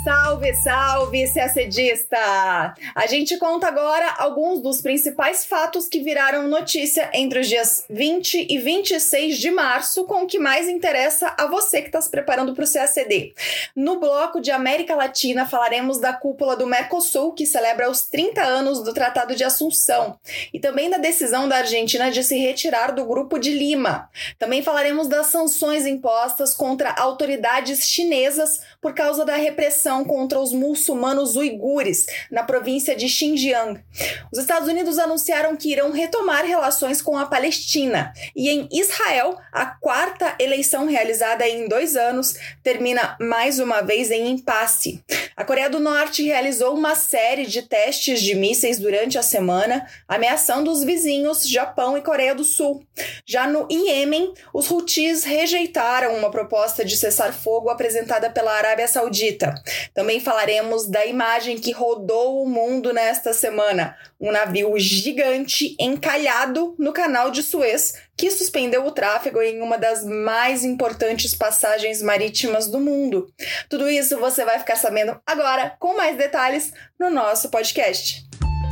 Salve, salve, CACDista! A gente conta agora alguns dos principais fatos que viraram notícia entre os dias 20 e 26 de março, com o que mais interessa a você que está se preparando para o CACD. No bloco de América Latina, falaremos da cúpula do Mercosul, que celebra os 30 anos do Tratado de Assunção, e também da decisão da Argentina de se retirar do Grupo de Lima. Também falaremos das sanções impostas contra autoridades chinesas por causa da repressão contra os muçulmanos uigures, na província de Xinjiang. Os Estados Unidos anunciaram que irão retomar relações com a Palestina. E em Israel, a quarta eleição realizada em 2 anos termina mais uma vez em impasse. A Coreia do Norte realizou uma série de testes de mísseis durante a semana, ameaçando os vizinhos Japão e Coreia do Sul. Já no Iêmen, os Houthis rejeitaram uma proposta de cessar-fogo apresentada pela Arábia Saudita. Também falaremos da imagem que rodou o mundo nesta semana, um navio gigante encalhado no canal de Suez, que suspendeu o tráfego em uma das mais importantes passagens marítimas do mundo. Tudo isso você vai ficar sabendo agora, com mais detalhes, no nosso podcast.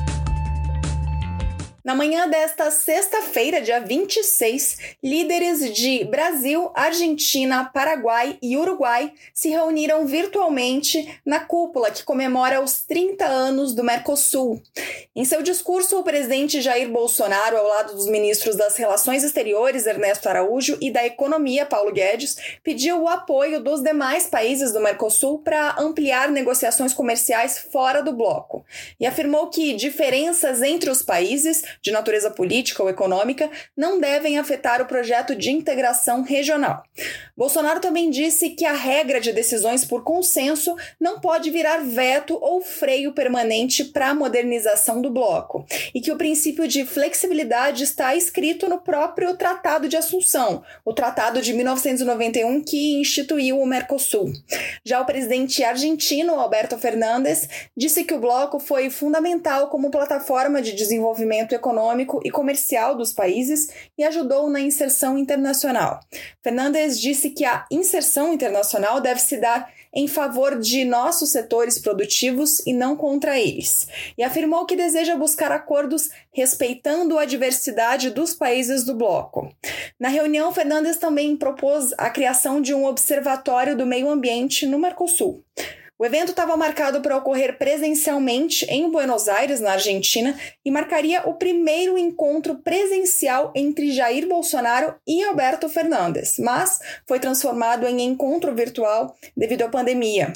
Na manhã desta sexta-feira, dia 26, líderes de Brasil, Argentina, Paraguai e Uruguai se reuniram virtualmente na cúpula que comemora os 30 anos do Mercosul. Em seu discurso, o presidente Jair Bolsonaro, ao lado dos ministros das Relações Exteriores, Ernesto Araújo, e da Economia, Paulo Guedes, pediu o apoio dos demais países do Mercosul para ampliar negociações comerciais fora do bloco e afirmou que diferenças entre os países de natureza política ou econômica não devem afetar o projeto de integração regional. Bolsonaro também disse que a regra de decisões por consenso não pode virar veto ou freio permanente para a modernização do bloco e que o princípio de flexibilidade está escrito no próprio Tratado de Assunção, o Tratado de 1991 que instituiu o Mercosul. Já o presidente argentino, Alberto Fernandes, disse que o bloco foi fundamental como plataforma de desenvolvimento econômico e comercial dos países e ajudou na inserção internacional. Fernandes disse que a inserção internacional deve se dar em favor de nossos setores produtivos e não contra eles, e afirmou que deseja buscar acordos respeitando a diversidade dos países do bloco. Na reunião, Fernandes também propôs a criação de um observatório do meio ambiente no Mercosul. O evento estava marcado para ocorrer presencialmente em Buenos Aires, na Argentina, e marcaria o primeiro encontro presencial entre Jair Bolsonaro e Alberto Fernandes, mas foi transformado em encontro virtual devido à pandemia.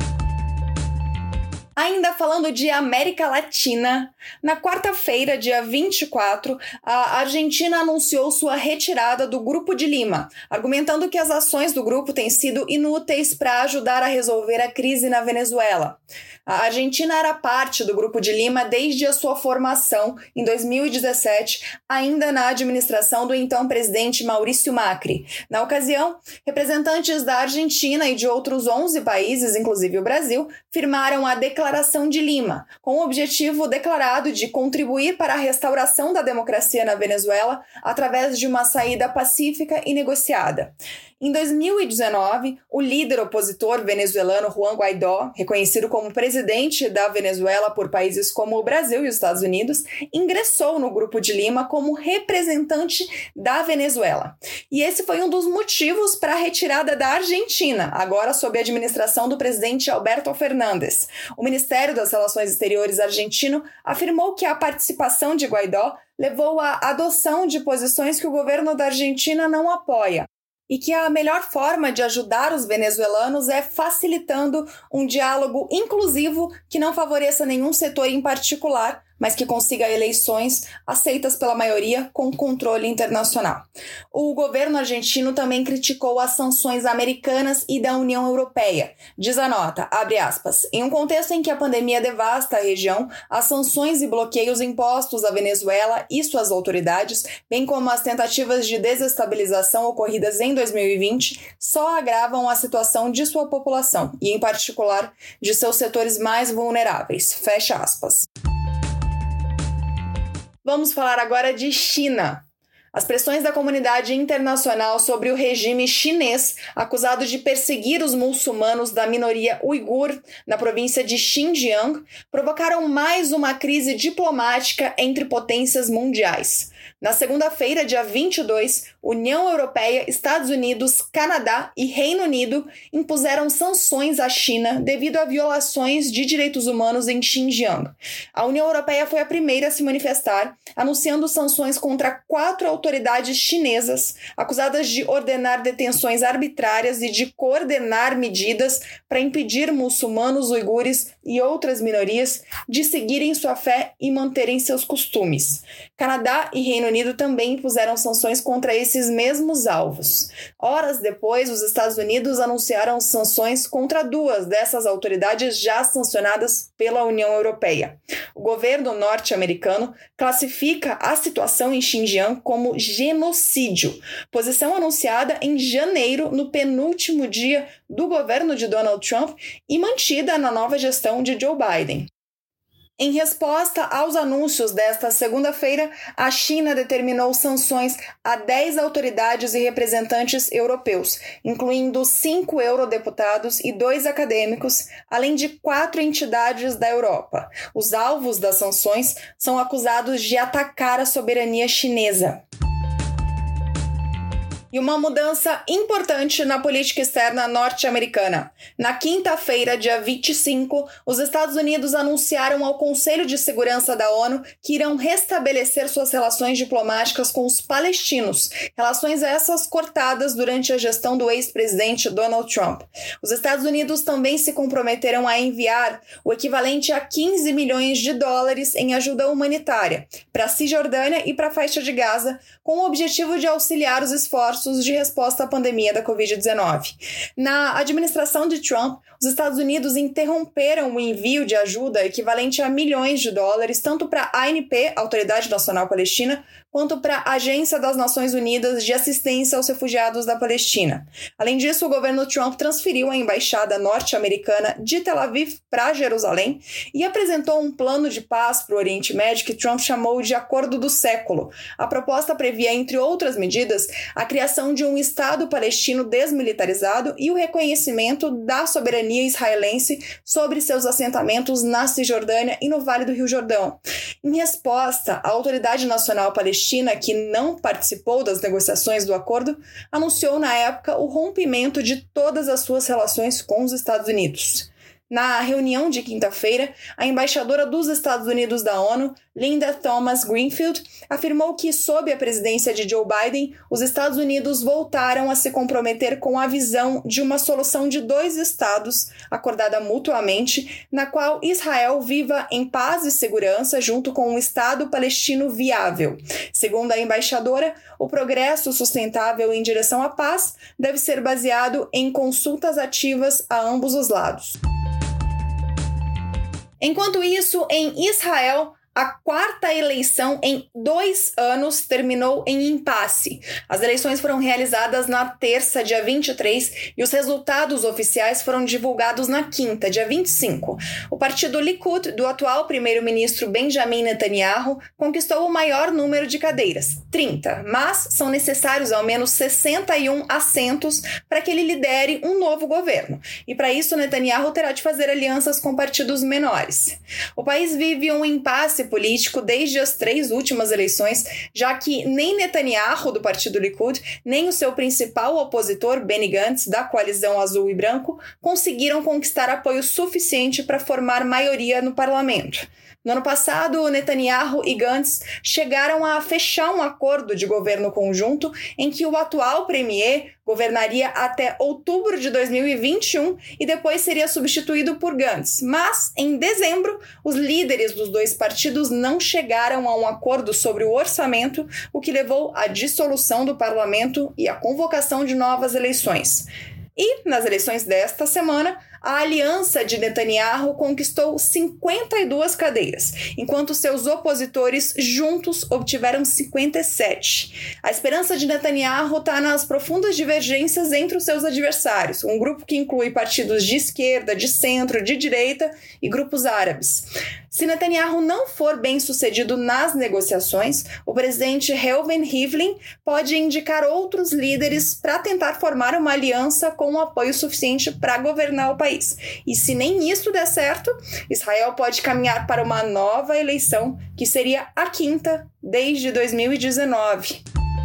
Ainda falando de América Latina, na quarta-feira, dia 24, a Argentina anunciou sua retirada do Grupo de Lima, argumentando que as ações do grupo têm sido inúteis para ajudar a resolver a crise na Venezuela. A Argentina era parte do Grupo de Lima desde a sua formação, em 2017, ainda na administração do então presidente Maurício Macri. Na ocasião, representantes da Argentina e de outros 11 países, inclusive o Brasil, firmaram a Declaração de Lima, com o objetivo declarado de contribuir para a restauração da democracia na Venezuela através de uma saída pacífica e negociada. Em 2019, o líder opositor venezuelano Juan Guaidó, reconhecido como presidente da Venezuela por países como o Brasil e os Estados Unidos, ingressou no Grupo de Lima como representante da Venezuela. E esse foi um dos motivos para a retirada da Argentina, agora sob a administração do presidente Alberto Fernandes. O Ministério das Relações Exteriores argentino afirmou que a participação de Guaidó levou à adoção de posições que o governo da Argentina não apoia, e que a melhor forma de ajudar os venezuelanos é facilitando um diálogo inclusivo que não favoreça nenhum setor em particular, mas que consiga eleições aceitas pela maioria com controle internacional. O governo argentino também criticou as sanções americanas e da União Europeia. Diz a nota, abre aspas, em um contexto em que a pandemia devasta a região, as sanções e bloqueios impostos à Venezuela e suas autoridades, bem como as tentativas de desestabilização ocorridas em 2020, só agravam a situação de sua população e, em particular, de seus setores mais vulneráveis. Fecha aspas. Vamos falar agora de China. As pressões da comunidade internacional sobre o regime chinês, acusado de perseguir os muçulmanos da minoria uigur na província de Xinjiang, provocaram mais uma crise diplomática entre potências mundiais. Na segunda-feira, dia 22, União Europeia, Estados Unidos, Canadá e Reino Unido impuseram sanções à China devido a violações de direitos humanos em Xinjiang. A União Europeia foi a primeira a se manifestar, anunciando sanções contra 4 autoridades chinesas, acusadas de ordenar detenções arbitrárias e de coordenar medidas para impedir muçulmanos uigures e outras minorias de seguirem sua fé e manterem seus costumes. Canadá e Reino Unido também impuseram sanções contra esses mesmos alvos. Horas depois, os Estados Unidos anunciaram sanções contra 2 dessas autoridades já sancionadas pela União Europeia. O governo norte-americano classifica a situação em Xinjiang como genocídio, posição anunciada em janeiro, no penúltimo dia do governo de Donald Trump e mantida na nova gestão de Joe Biden. Em resposta aos anúncios desta segunda-feira, a China determinou sanções a 10 autoridades e representantes europeus, incluindo 5 eurodeputados e 2 acadêmicos, além de 4 entidades da Europa. Os alvos das sanções são acusados de atacar a soberania chinesa. E uma mudança importante na política externa norte-americana. Na quinta-feira, dia 25, os Estados Unidos anunciaram ao Conselho de Segurança da ONU que irão restabelecer suas relações diplomáticas com os palestinos, relações essas cortadas durante a gestão do ex-presidente Donald Trump. Os Estados Unidos também se comprometeram a enviar o equivalente a 15 milhões de dólares em ajuda humanitária para a Cisjordânia e para a faixa de Gaza, com o objetivo de auxiliar os esforços de resposta à pandemia da Covid-19. Na administração de Trump, os Estados Unidos interromperam o envio de ajuda equivalente a milhões de dólares, tanto para a ANP, Autoridade Nacional Palestina, quanto para a Agência das Nações Unidas de Assistência aos Refugiados da Palestina. Além disso, o governo Trump transferiu a embaixada norte-americana de Tel Aviv para Jerusalém e apresentou um plano de paz para o Oriente Médio que Trump chamou de Acordo do Século. A proposta previa, entre outras medidas, a criação de um Estado palestino desmilitarizado e o reconhecimento da soberania israelense sobre seus assentamentos na Cisjordânia e no Vale do Rio Jordão. Em resposta, a Autoridade Nacional Palestina, que não participou das negociações do acordo, anunciou na época o rompimento de todas as suas relações com os Estados Unidos. Na reunião de quinta-feira, a embaixadora dos Estados Unidos da ONU, Linda Thomas-Greenfield, afirmou que, sob a presidência de Joe Biden, os Estados Unidos voltaram a se comprometer com a visão de uma solução de 2 estados, acordada mutuamente, na qual Israel viva em paz e segurança junto com um Estado palestino viável. Segundo a embaixadora, o progresso sustentável em direção à paz deve ser baseado em consultas ativas a ambos os lados. Enquanto isso, em Israel, a 4ª eleição em 2 anos terminou em impasse. As eleições foram realizadas na terça, dia 23, e os resultados oficiais foram divulgados na quinta, dia 25. O partido Likud, do atual primeiro-ministro Benjamin Netanyahu, conquistou o maior número de cadeiras, 30, mas são necessários ao menos 61 assentos para que ele lidere um novo governo. E para isso, Netanyahu terá de fazer alianças com partidos menores. O país vive um impasse político desde as 3 últimas eleições, já que nem Netanyahu, do partido Likud, nem o seu principal opositor, Benny Gantz, da coalizão azul e branco, conseguiram conquistar apoio suficiente para formar maioria no parlamento. No ano passado, Netanyahu e Gantz chegaram a fechar um acordo de governo conjunto em que o atual premier governaria até outubro de 2021 e depois seria substituído por Gantz. Mas, em dezembro, os líderes dos 2 partidos não chegaram a um acordo sobre o orçamento, o que levou à dissolução do parlamento e à convocação de novas eleições. E, nas eleições desta semana, a aliança de Netanyahu conquistou 52 cadeiras, enquanto seus opositores juntos obtiveram 57. A esperança de Netanyahu está nas profundas divergências entre os seus adversários, um grupo que inclui partidos de esquerda, de centro, de direita e grupos árabes. Se Netanyahu não for bem sucedido nas negociações, o presidente Reuven Rivlin pode indicar outros líderes para tentar formar uma aliança com um apoio suficiente para governar o país. E se nem isso der certo, Israel pode caminhar para uma nova eleição, que seria a quinta desde 2019.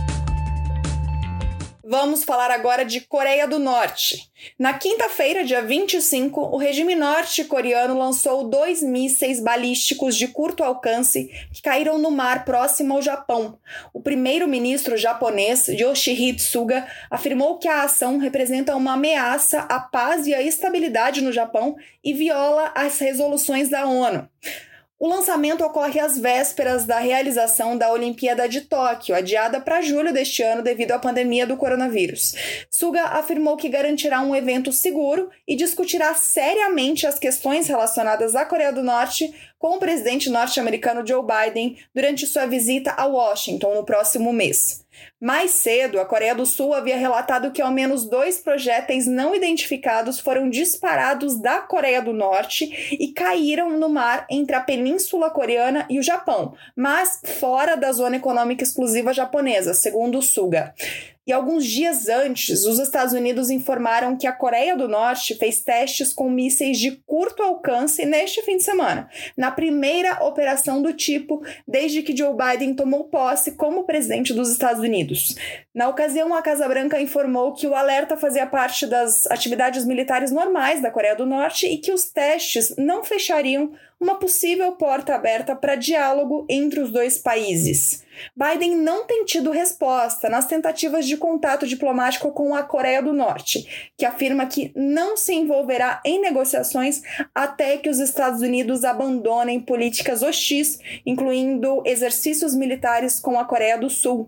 Vamos falar agora de Coreia do Norte. Na quinta-feira, dia 25, o regime norte-coreano lançou 2 mísseis balísticos de curto alcance que caíram no mar próximo ao Japão. O primeiro-ministro japonês, Yoshihide Suga, afirmou que a ação representa uma ameaça à paz e à estabilidade no Japão e viola as resoluções da ONU. O lançamento ocorre às vésperas da realização da Olimpíada de Tóquio, adiada para julho deste ano devido à pandemia do coronavírus. Suga afirmou que garantirá um evento seguro e discutirá seriamente as questões relacionadas à Coreia do Norte com o presidente norte-americano Joe Biden durante sua visita a Washington no próximo mês. Mais cedo, a Coreia do Sul havia relatado que ao menos 2 projéteis não identificados foram disparados da Coreia do Norte e caíram no mar entre a Península Coreana e o Japão, mas fora da zona econômica exclusiva japonesa, segundo o Suga. E alguns dias antes, os Estados Unidos informaram que a Coreia do Norte fez testes com mísseis de curto alcance neste fim de semana, na primeira operação do tipo desde que Joe Biden tomou posse como presidente dos Estados Unidos. Na ocasião, a Casa Branca informou que o alerta fazia parte das atividades militares normais da Coreia do Norte e que os testes não fechariam uma possível porta aberta para diálogo entre os dois países. Biden não tem tido resposta nas tentativas de contato diplomático com a Coreia do Norte, que afirma que não se envolverá em negociações até que os Estados Unidos abandonem políticas hostis, incluindo exercícios militares com a Coreia do Sul.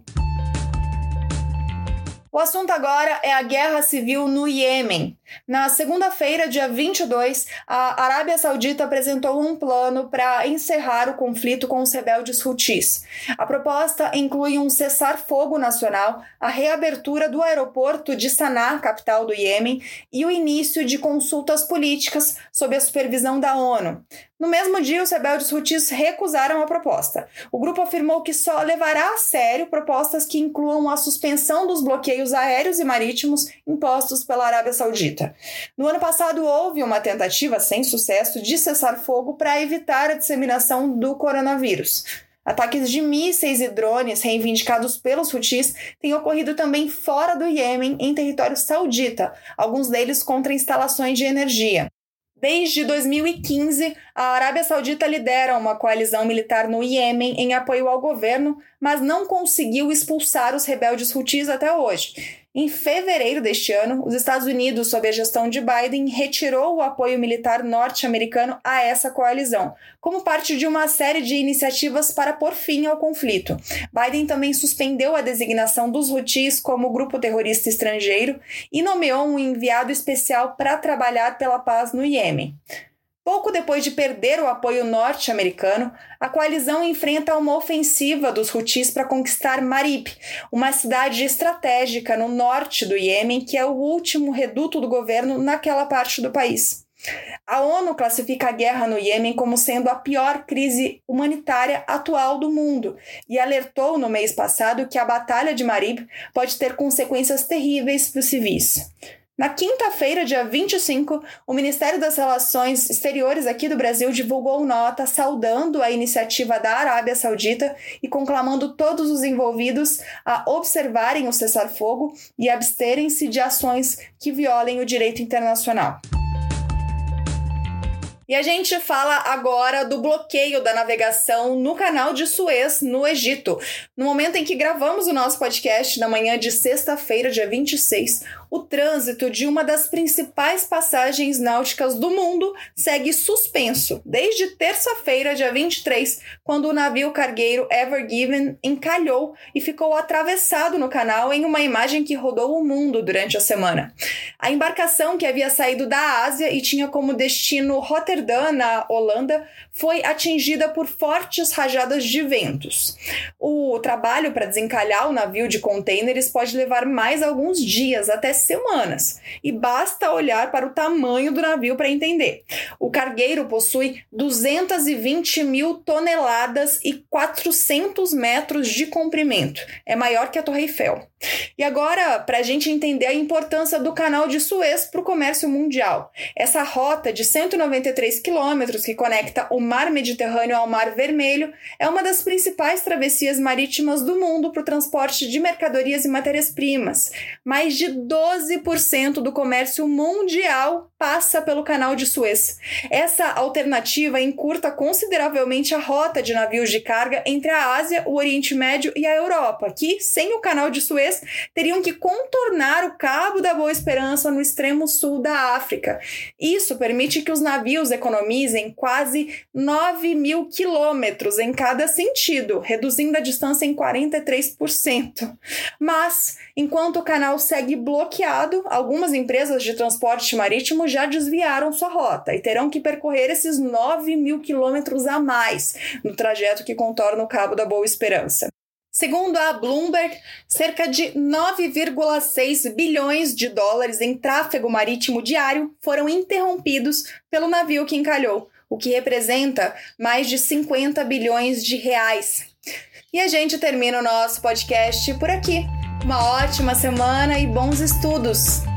O assunto agora é a guerra civil no Iêmen. Na segunda-feira, dia 22, a Arábia Saudita apresentou um plano para encerrar o conflito com os rebeldes Houthis. A proposta inclui um cessar-fogo nacional, a reabertura do aeroporto de Sanaa, capital do Iêmen, e o início de consultas políticas sob a supervisão da ONU. No mesmo dia, os rebeldes Houthis recusaram a proposta. O grupo afirmou que só levará a sério propostas que incluam a suspensão dos bloqueios aéreos e marítimos impostos pela Arábia Saudita. No ano passado, houve uma tentativa sem sucesso de cessar fogo para evitar a disseminação do coronavírus. Ataques de mísseis e drones reivindicados pelos Houthis têm ocorrido também fora do Iêmen, em território saudita, alguns deles contra instalações de energia. Desde 2015, a Arábia Saudita lidera uma coalizão militar no Iêmen em apoio ao governo, mas não conseguiu expulsar os rebeldes Houthis até hoje. Em fevereiro deste ano, os Estados Unidos, sob a gestão de Biden, retirou o apoio militar norte-americano a essa coalizão, como parte de uma série de iniciativas para pôr fim ao conflito. Biden também suspendeu a designação dos Houthis como grupo terrorista estrangeiro e nomeou um enviado especial para trabalhar pela paz no Iêmen. Pouco depois de perder o apoio norte-americano, a coalizão enfrenta uma ofensiva dos Houthis para conquistar Marib, uma cidade estratégica no norte do Iêmen, que é o último reduto do governo naquela parte do país. A ONU classifica a guerra no Iêmen como sendo a pior crise humanitária atual do mundo e alertou no mês passado que a Batalha de Marib pode ter consequências terríveis para os civis. Na quinta-feira, dia 25, o Ministério das Relações Exteriores aqui do Brasil divulgou nota saudando a iniciativa da Arábia Saudita e conclamando todos os envolvidos a observarem o cessar-fogo e absterem-se de ações que violem o direito internacional. E a gente fala agora do bloqueio da navegação no canal de Suez, no Egito. No momento em que gravamos o nosso podcast, na manhã de sexta-feira, dia 26, o trânsito de uma das principais passagens náuticas do mundo segue suspenso desde terça-feira, dia 23, quando o navio cargueiro Ever Given encalhou e ficou atravessado no canal em uma imagem que rodou o mundo durante a semana. A embarcação, que havia saído da Ásia e tinha como destino Roterdã, na Holanda, foi atingida por fortes rajadas de ventos. O trabalho para desencalhar o navio de contêineres pode levar mais alguns dias, até semanas, e basta olhar para o tamanho do navio para entender. O cargueiro possui 220 mil toneladas e 400 metros de comprimento. É maior que a Torre Eiffel. E agora, para a gente entender a importância do Canal de Suez para o comércio mundial. Essa rota de 193 quilômetros que conecta o Mar Mediterrâneo ao Mar Vermelho é uma das principais travessias marítimas do mundo para o transporte de mercadorias e matérias-primas. Mais de 12% do comércio mundial passa pelo Canal de Suez. Essa alternativa encurta consideravelmente a rota de navios de carga entre a Ásia, o Oriente Médio e a Europa, que, sem o Canal de Suez, teriam que contornar o Cabo da Boa Esperança no extremo sul da África. Isso permite que os navios economizem quase 9 mil quilômetros em cada sentido, reduzindo a distância em 43%. Mas, enquanto o canal segue bloqueado, algumas empresas de transporte marítimo já desviaram sua rota e terão que percorrer esses 9 mil quilômetros a mais no trajeto que contorna o Cabo da Boa Esperança. Segundo a Bloomberg, cerca de 9,6 bilhões de dólares em tráfego marítimo diário foram interrompidos pelo navio que encalhou, o que representa mais de 50 bilhões de reais. E a gente termina o nosso podcast por aqui. Uma ótima semana e bons estudos!